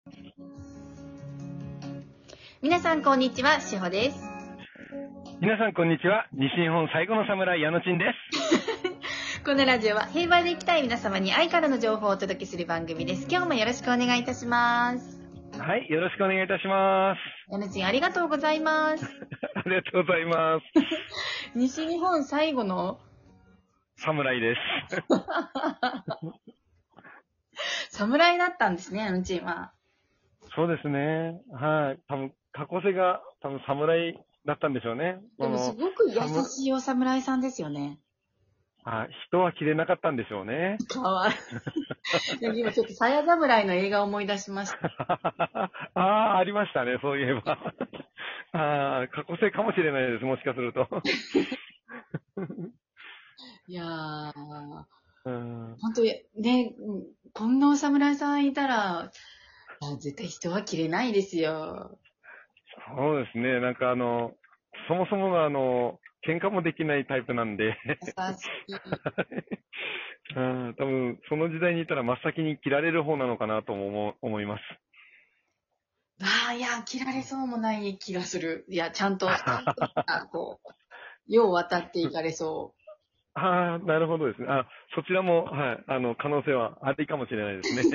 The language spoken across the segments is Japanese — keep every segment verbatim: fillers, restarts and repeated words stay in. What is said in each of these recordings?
皆さんこんにちは、しほです。 皆さんこんにちは。西日本最後の侍、矢野ちんです。 このラジオは平和で生きたい皆様に愛からの情報をお届けする番組です。今日もよろしくお願いいたします。 はい、よろしくお願いいたします。 矢野ちん、ありがとうございます。 ありがとうございます。 西日本最後の侍です。 侍だったんですね、矢野ちんは。 そうですね。はい。多分、過去世が多分侍だったんでしょうね。 でもすごく優しいお侍さんですよね。 あ、人は切れなかったんでしょうね。 かわいい。今ちょっとさや侍の映画を思い出しました。 ああ、ありましたね、そういえば。ああ、過去世かもしれないです、もしかすると。 いやー、 うん、 本当にね、こんなお侍さんいたら、絶対人は切れないですよ。 そうですね。なんかあの、そもそもがあの、喧嘩もできないタイプなんで。 優しい。 うん、多分、その時代にいたら真っ先に切られる方なのかなとも思思います。 ああ、いや、切られそうもない気がする。いや、ちゃんと、ちゃんと、こう、よう渡っていかれそう。 ああ、なるほどですね。あ、そちらも、はい、あの、可能性はありかもしれないですね。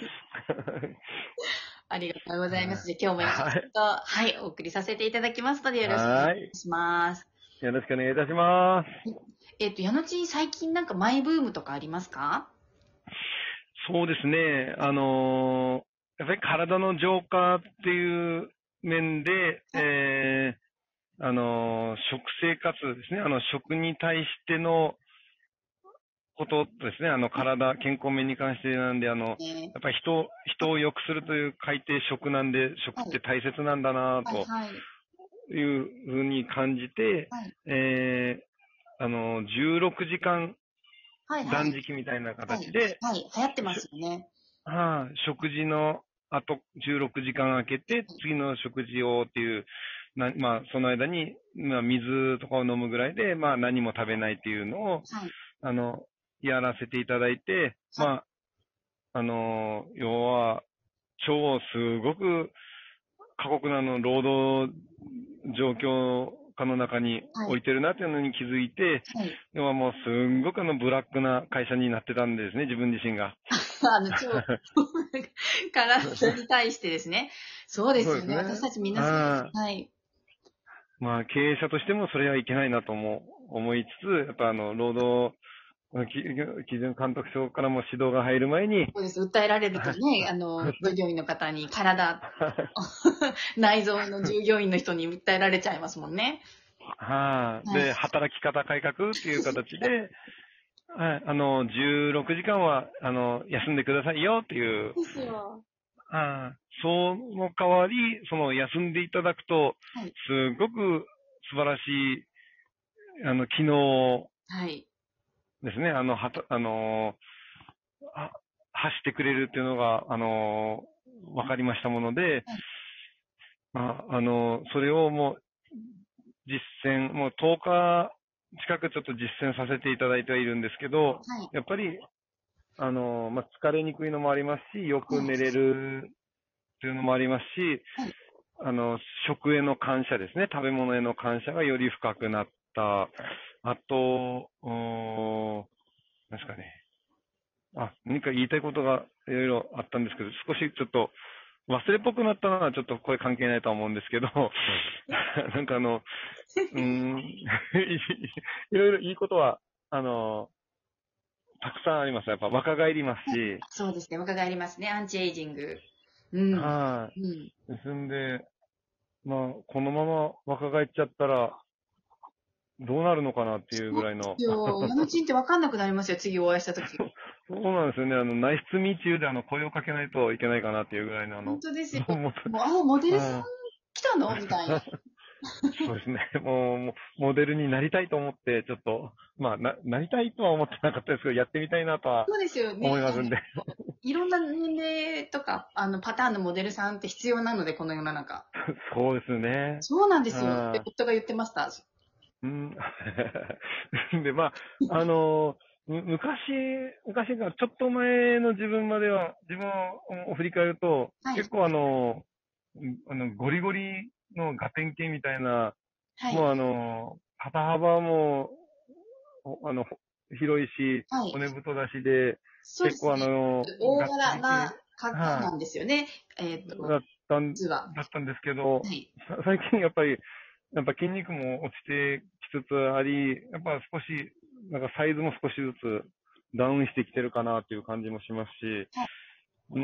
ありがとうございます。じゃあ今日もよろしくと、はい、お送りさせていただきますのでよろしくお願いします。 よろしくお願いいたします。 えっと、矢野ちん最近なんかマイブームとかありますか？ そうですね。あのー、やっぱり体の浄化っていう面で、えー、あのー、食生活ですね。あの、食に対してのことですね。あの、体、健康面に関してなんで、あの、やっぱり人、人を良くするという改定食なんで、食って大切なんだな、というふうに感じて、はい、えー、あの、じゅうろくじかん断食みたいな形で、 はい、はい、流行ってますよね。 はあ、食事の後じゅうろくじかん空けて、次の食事をっていう、なまあ、その間に、まあ、水とかを飲むぐらいで、まあ、何も食べないっていうのを、はい、あの、やらせていただいて、はい、まあ、あの、要は、腸をすごく過酷なの労働状況下の中に置いてるなっていうのに気づいて、はい、要はもうすんごくあのブラックな会社になってたんですね、自分自身が。 あの、腸、体に対してですね。そうですよね。ね、私たちみんなそうです。はい。 まあ、経営者としてもそれはいけないなとも思いつつ、やっぱあの、労働基準監督署からも指導が入る前に。 そうです。訴えられるとね、あの、従業員の方に体、内臓の従業員の人に訴えられちゃいますもんね。 はあ、で、働き方改革っていう形で、はい、あの、じゅうろくじかんは、あの、休んでくださいよっていう。 ですよ。 ああ、その代わり、その、休んでいただくと、はい、すごく素晴らしい、あの、機能ですね。はい、あの、はた、あの、あ、走ってくれるっていうのが、あの、わかりましたもので、はい、あ、あの、それをもう、実践、もうとおか近くちょっと実践させていただいてはいるんですけど、はい、やっぱり、あの、まあ、疲れにくいのもありますし、よく寝れるっていうのもありますし、はい、あの、食への感謝ですね。食べ物への感謝がより深くなった。あと、何ですかね。あ、何か言いたいことがいろいろあったんですけど、少しちょっと忘れっぽくなったのはちょっとこれ関係ないとは思うんですけど、なんかあの、うーん、いろいろいいことは、あの、たくさんあります。やっぱ若返りますし。 そうですね、若返りますね。アンチエイジング。うん。 はい、うん。ですんで、まあ、このまま若返っちゃったら、どうなるのかなっていうぐらいの。 いやー、矢野ちんって分かんなくなりますよ、次お会いしたとき。 そうなんですよね。あの、ナイスミーチューであの、声をかけないといけないかなっていうぐらいのあの。 本当ですよ。もう、あ、モデルさん来たのみたいな。 そうですね。もう、もうモデルになりたいと思って、ちょっと、まあ、な、なりたいとは思ってなかったですけど、やってみたいなとは。 そうですよね。 思いますんで。 いろんな年齢とか、あの、パターンのモデルさんって必要なので、この世の中。 そうですね。 そうなんですよ。って夫が言ってました。 うん。で、まあ、あの、 む昔、昔がちょっと前の自分までは、自分を振り返ると、 はい。 結構あの、うんあの、ゴリゴリのガテン系みたいな、 はい。 もうあの、肩幅も、おあの、ほ広いし、 はい。 骨太だしで、結構あそうですね。 の、 大がっち柄なり系、 方なはんですよね。えっい、だと、 ったん、 実は。 だったんですけど、 はい。 さ最近やっぱり、やっぱ筋肉も落ちてきつつあり、やっぱ少し、なんかサイズも少しずつダウンしてきてるかなという感じもしますし、 はい。 うん、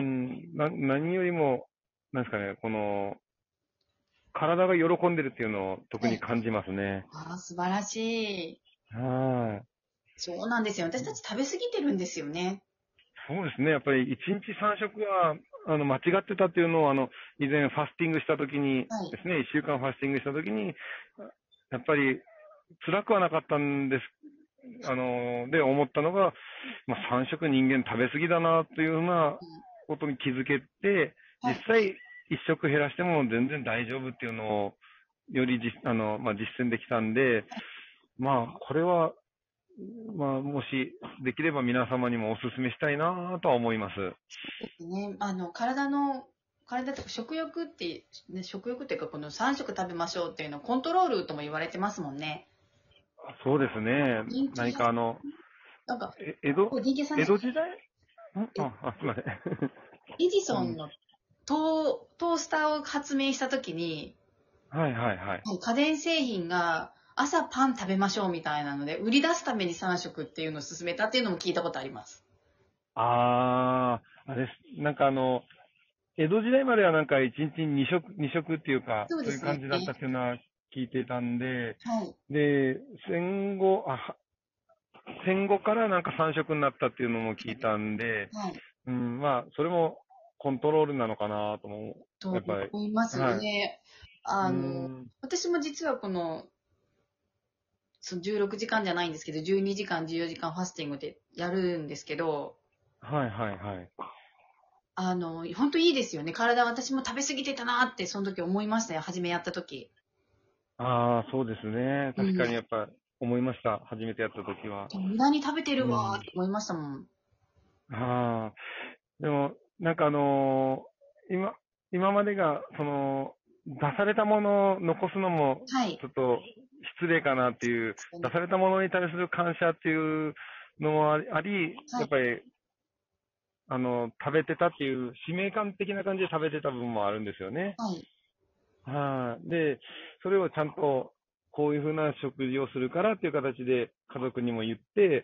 な、何よりも、なんですかね、この、体が喜んでるっていうのを特はい。 に感じますね。 ああ、素晴らしい。 はい。 そうなんですよ。私たち食べ過ぎてるんですよね。 そうですね。やっぱりいちにちさん食は、あの、間違ってたっていうのを、あの、以前ファスティングしたときにはい。 ですね、いっしゅうかんファスティングしたときに、やっぱり辛くはなかったんです。あの、で思ったのが、まあ、さん食人間食べ過ぎだなというようなうんことに気づけて、 はい。 実際いっ食減らしても全然大丈夫っていうのを、より実、あの、まあ、実践できたんで、まあ、これは、まあ、もしできれば皆様にもお勧めしたいなとは思います。 ですね。あの、体の、体とか食欲って、ね、食欲っていうか、このさん食食べましょうっていうのをコントロールとも言われてますもんね。 そうですね。 人気が、 何かあの、 なんか、 え江戸、 人気さんです。 江戸時代んえあ、あ、すいません。 エジうん。 ソンのトー、トースターを発明したときに、 はいはいはい。 はい家電製品が朝パン食べましょうみたいなので、売り出すためにさん食っていうのを勧めたっていうのも聞いたことあります。 あー、あれです。なんかあの、江戸時代まではなんか一日に食、二食っていうか、 そうですよそういう感じだったっね。 ていうのは聞いてたんで、 はい。 で、戦後、あ、は戦後からなんかさん食になったっていうのも聞いたんで、 はい。 うん、まあ、それもコントロールなのかなとも、 とやっぱり。 思いますはい。 ね。 うーあの、 ん。 私も実はこの、そのじゅうろくじかんじゃないんですけど、じゅうにじかん、じゅうよじかんファスティングでやるんですけど、 はいはいはい。 あの、本当いいですよね。体私も食べ過ぎてたなってその時思いましたよ。初めやった時。 ああ、そうですね。確うん。 かにやっぱ思いました。初めてやった時は。 無駄に食べてるわーっうん。 て思いましたもん。 ああ。でも、なんかあのー今、今までが、その、出されたものを残すのも、 はい。 ちょっと失礼かなっていう、出されたものに対する感謝っていうのもあり、ありはい。 やっぱり、あの、食べてたっていう使命感的な感じで食べてた部分もあるんですよね。 はい。 はい。で、それをちゃんと、こういうふうな食事をするからっていう形で家族にも言って、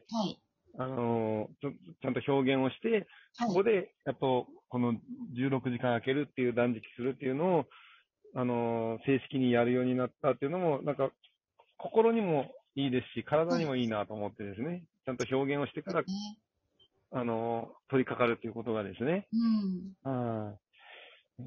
はい。 あのちょ、ちゃんと表現をして、 はい。 そこで、やっと、このじゅうろくじかん空けるっていう断食するっていうのを、あの正式にやるようになったっていうのも、なんか、心にもいいですし、体はい。 にもいいなと思ってですね、ちゃんと表現をしてから、 ね。 あの取り掛かるっていうことがですね。 うん。 はい。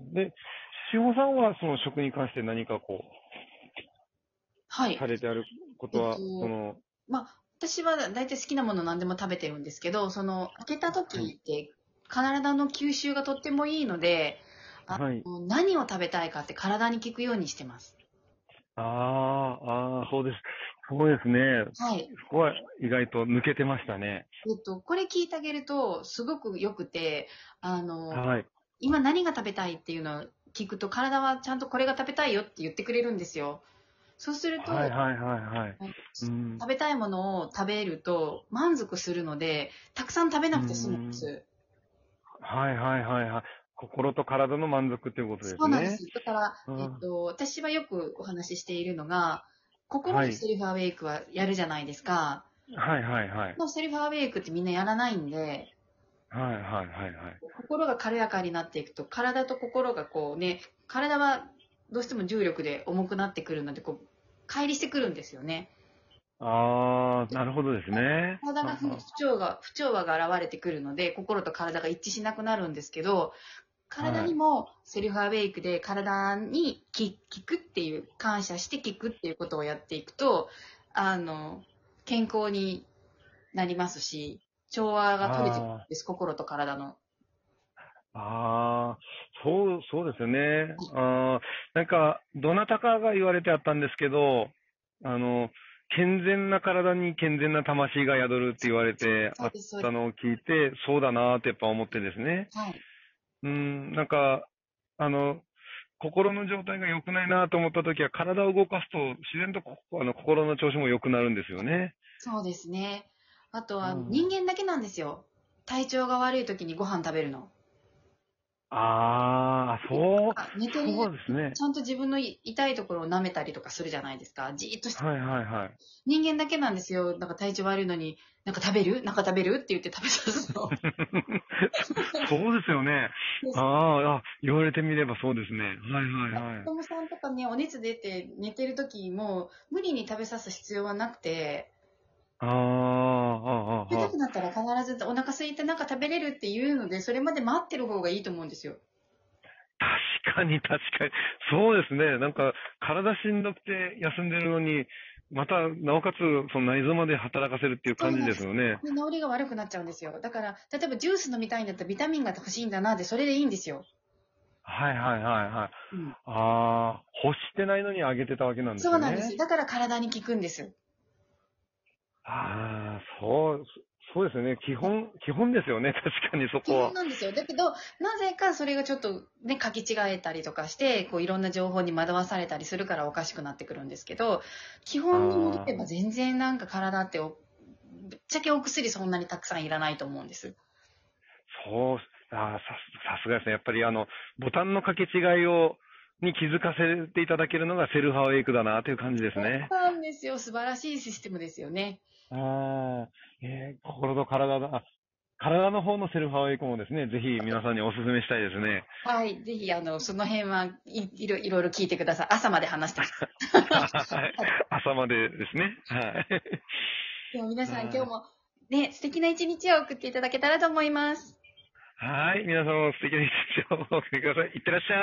で、志保さんはその食に関して何かこう、 はい。 されてあることえっは、そと、 の、 まあ、私は大体好きなもの何でも食べてるんですけど、その、開けたはい、 時って体の吸収がとってもいいので、あはい。 の、何を食べたいかって体に聞くようにしてます。 ああ、ああ、そうです。そうですね。 はい。 そこは意外と抜けてましたね。 えっと、これ聞いてあげると、すごく良くて、あの、 はい。 今何が食べたいっていうのを聞くと、体はちゃんとこれが食べたいよって言ってくれるんですよ。そうすると、 はいはいはいはい。うん。 食べたいものを食べると満足するので、たくさん食べうなくて済むんでん。 す。 はいはいはいはい。心と体の満足っていうことですね。 そうなんです。だから、 うん。 えっと、私はよくお話ししているのが、心はい。 のセルフアウェイクはやるじゃないですか。 はいはいはい。 もうセルフアウェイクってみんなやらないんで、 はいはいはいはい。 心が軽やかになっていくと、体と心がこうね、体はどうしても重力で重くなってくるので、こう、乖離してくるんですよね。 ああ、なるほどですね。 体が不不はは調が、不調和が現れてくるので、心と体が一致しなくなるんですけど、体はい。 にもセルフアウェイクで体に聞くっていう、感謝して聞くっていうことをやっていくと、あの、健康になりますし、調和が取れてくるんあです、心と体の。 あ、ああ、そう、そうですよね。ああ、なんか、どなたかが言われてあったんですけど、あの、 健全な体に健全な魂が宿るって言われてあったのを聞いて、そうだなーってやっぱ思ってですね。 はい。 うん、なんか、あの、心の状態が良くないなと思った時は、体を動かすと自然とこあの心の調子も良くなるんですよね。 そうですね。あとはうん、 人間だけなんですよ。体調が悪い時にご飯食べるの。 ああ、そう、 寝てる、 そうですね。 ちゃんと自分の痛いところを舐めたりとかするじゃないですか。じーっとして。 はいはいはい。 人間だけなんですよ。なんか体調悪いのに、なんか食べるなんか食べるって言って食べさすの。 そうですよね。ああ、あ、言われてみればそうですね。はいはいはい。 子供さんとかね、お熱出て寝てる時も、無理に食べさす必要はなくて、 ああ、ああ、ああ。 食べたくなったら必ずお腹空いてなんか食べれるっていうので、それまで待ってる方がいいと思うんですよ。 確かに確かに。そうですね。なんか、体しんどくて休んでるのに、また、なおかつ、その内臓まで働かせるっていう感じですよね。 で、治りが悪くなっちゃうんですよ。だから、例えばジュース飲みたいんだったらビタミンが欲しいんだなって、それでいいんですよ。 はいはいはいはい。 うん。 ああ、欲してないのにあげてたわけなんですそうなんです。 よね。 だから体に効くんですよ。 ああ、そう、そうですよね。基本、基本ですよね。確かにそ基こは。 本なんですよ。だけど、なぜかそれがちょっとね、書き違えたりとかして、こういろんな情報に惑わされたりするからおかしくなってくるんですけど、基本に戻ああ、 れば全然なんか体ってお、ぶっちゃけお薬そんなにたくさんいらないと思うんです。 そう、ああ、さす、さすがですね。やっぱりあの、ボタンの掛け違いを、に気づかせていただけるのがセルフアウェイクだなという感じですね。 そうなんですよ。素晴らしいシステムですよね。 ああ、えー、心と体だ、あ、体の方のセルフアウェイクもですね、ぜひ皆さんにお勧めしたいですね。 はい。ぜひ、あの、その辺はいいろいろいろ聞いてください。朝まで話してます。 はい。朝までですね。はい。 でも皆さん今日はい。 もね、素敵な一日を送っていただけたらと思います。 はい。皆さんも素敵な一日をお送りください。いってらっしゃい。